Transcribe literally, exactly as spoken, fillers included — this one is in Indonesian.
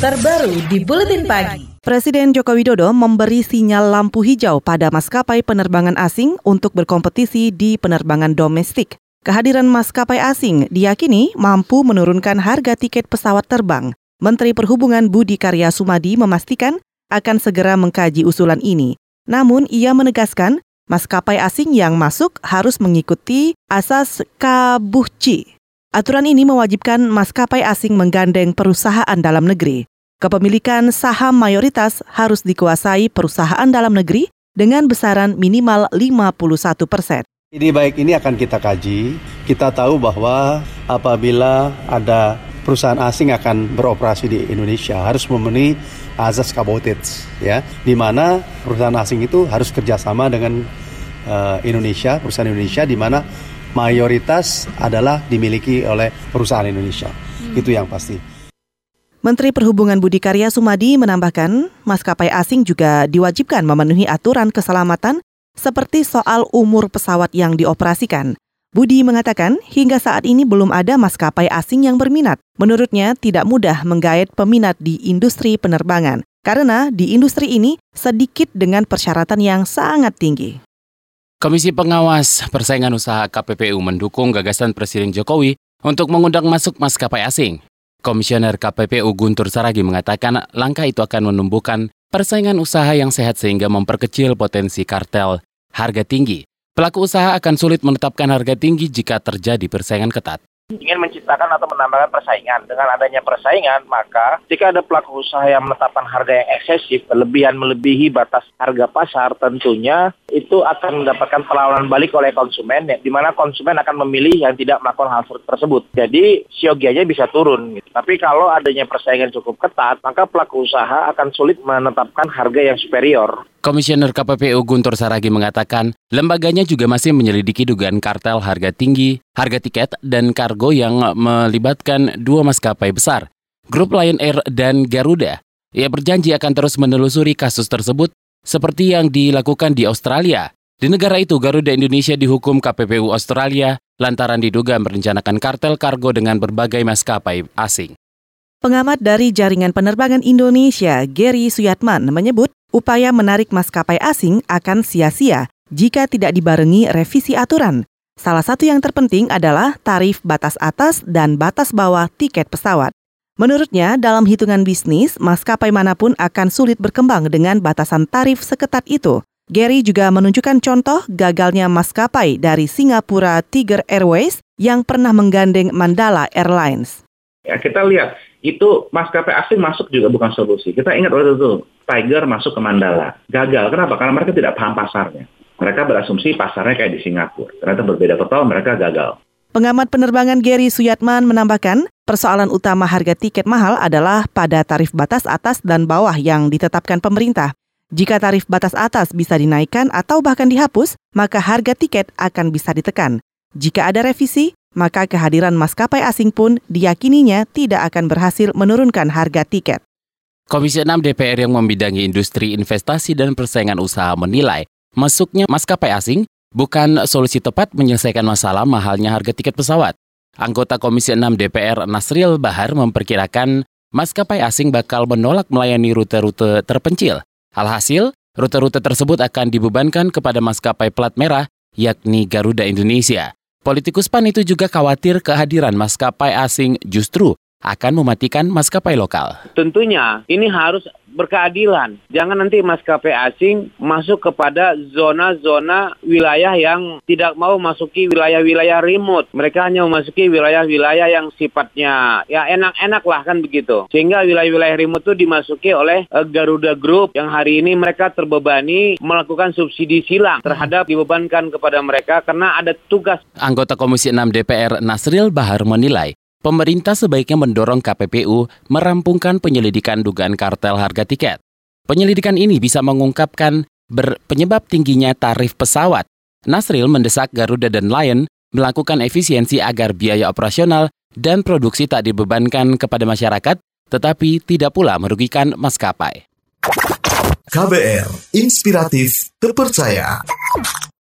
terbaru di Buletin Pagi. Presiden Joko Widodo memberi sinyal lampu hijau pada maskapai penerbangan asing untuk berkompetisi di penerbangan domestik. Kehadiran maskapai asing diyakini mampu menurunkan harga tiket pesawat terbang. Menteri Perhubungan Budi Karya Sumadi memastikan akan segera mengkaji usulan ini. Namun ia menegaskan maskapai asing yang masuk harus mengikuti asas Kabuhci. Aturan ini mewajibkan maskapai asing menggandeng perusahaan dalam negeri. Kepemilikan saham mayoritas harus dikuasai perusahaan dalam negeri dengan besaran minimal lima puluh satu persen. Ini baik ini akan kita kaji. Kita tahu bahwa apabila ada perusahaan asing akan beroperasi di Indonesia harus memenuhi azas Kabuhci, ya, di mana perusahaan asing itu harus kerjasama dengan uh, Indonesia, perusahaan Indonesia, di mana mayoritas adalah dimiliki oleh perusahaan Indonesia. Hmm. Itu yang pasti. Menteri Perhubungan Budi Karya Sumadi menambahkan, maskapai asing juga diwajibkan memenuhi aturan keselamatan seperti soal umur pesawat yang dioperasikan. Budi mengatakan, hingga saat ini belum ada maskapai asing yang berminat. Menurutnya, tidak mudah menggait peminat di industri penerbangan, karena di industri ini sedikit dengan persyaratan yang sangat tinggi. Komisi Pengawas Persaingan Usaha K P P U mendukung gagasan Presiden Jokowi untuk mengundang masuk maskapai asing. Komisioner K P P U Guntur Saragi mengatakan langkah itu akan menumbuhkan persaingan usaha yang sehat sehingga memperkecil potensi kartel harga tinggi. Pelaku usaha akan sulit menetapkan harga tinggi jika terjadi persaingan ketat. Ingin menciptakan atau menambahkan persaingan. Dengan adanya persaingan, maka jika ada pelaku usaha yang menetapkan harga yang eksesif, kelebihan melebihi batas harga pasar, tentunya itu akan mendapatkan perlawanan balik oleh konsumen, di mana konsumen akan memilih yang tidak melakukan hal tersebut. Jadi, siogianya bisa turun. Gitu. Tapi kalau adanya persaingan cukup ketat, maka pelaku usaha akan sulit menetapkan harga yang superior. Komisioner K P P U Guntur Saragi mengatakan, lembaganya juga masih menyelidiki dugaan kartel harga tinggi, harga tiket, dan kargo yang melibatkan dua maskapai besar, Grup Lion Air dan Garuda. Ia berjanji akan terus menelusuri kasus tersebut seperti yang dilakukan di Australia. Di negara itu, Garuda Indonesia dihukum K P P U Australia lantaran diduga merencanakan kartel kargo dengan berbagai maskapai asing. Pengamat dari Jaringan Penerbangan Indonesia, Gary Suyatman, menyebut upaya menarik maskapai asing akan sia-sia jika tidak dibarengi revisi aturan. Salah satu yang terpenting adalah tarif batas atas dan batas bawah tiket pesawat. Menurutnya, dalam hitungan bisnis, maskapai manapun akan sulit berkembang dengan batasan tarif seketat itu. Gary juga menunjukkan contoh gagalnya maskapai dari Singapura Tiger Airways yang pernah menggandeng Mandala Airlines. Ya, kita lihat, itu maskapai asing masuk juga bukan solusi. Kita ingat waktu itu, Tiger masuk ke Mandala. Gagal. Kenapa? Karena mereka tidak paham pasarnya. Mereka berasumsi pasarnya kayak di Singapura. Ternyata berbeda total, mereka gagal. Pengamat penerbangan Gary Suyatman menambahkan, persoalan utama harga tiket mahal adalah pada tarif batas atas dan bawah yang ditetapkan pemerintah. Jika tarif batas atas bisa dinaikkan atau bahkan dihapus, maka harga tiket akan bisa ditekan. Jika ada revisi, maka kehadiran maskapai asing pun diyakininya tidak akan berhasil menurunkan harga tiket. Komisi enam D P R yang membidangi industri investasi dan persaingan usaha menilai masuknya maskapai asing bukan solusi tepat menyelesaikan masalah mahalnya harga tiket pesawat. Anggota Komisi enam D P R Nasril Bahar memperkirakan maskapai asing bakal menolak melayani rute-rute terpencil. Alhasil, rute-rute tersebut akan dibebankan kepada maskapai plat merah, yakni Garuda Indonesia. Politikus P A N itu juga khawatir kehadiran maskapai asing justru akan mematikan maskapai lokal. Tentunya ini harus berkeadilan. Jangan nanti maskapai asing masuk kepada zona-zona wilayah yang tidak mau masuki wilayah-wilayah remote. Mereka hanya memasuki wilayah-wilayah yang sifatnya ya enak-enak lah kan begitu. Sehingga wilayah-wilayah remote itu dimasuki oleh uh, Garuda Group yang hari ini mereka terbebani melakukan subsidi silang terhadap dibebankan kepada mereka karena ada tugas. Anggota Komisi enam D P R Nasril Bahar menilai pemerintah sebaiknya mendorong K P P U merampungkan penyelidikan dugaan kartel harga tiket. Penyelidikan ini bisa mengungkapkan ber- penyebab tingginya tarif pesawat. Nasril mendesak Garuda dan Lion melakukan efisiensi agar biaya operasional dan produksi tak dibebankan kepada masyarakat, tetapi tidak pula merugikan maskapai. K B R, inspiratif, terpercaya.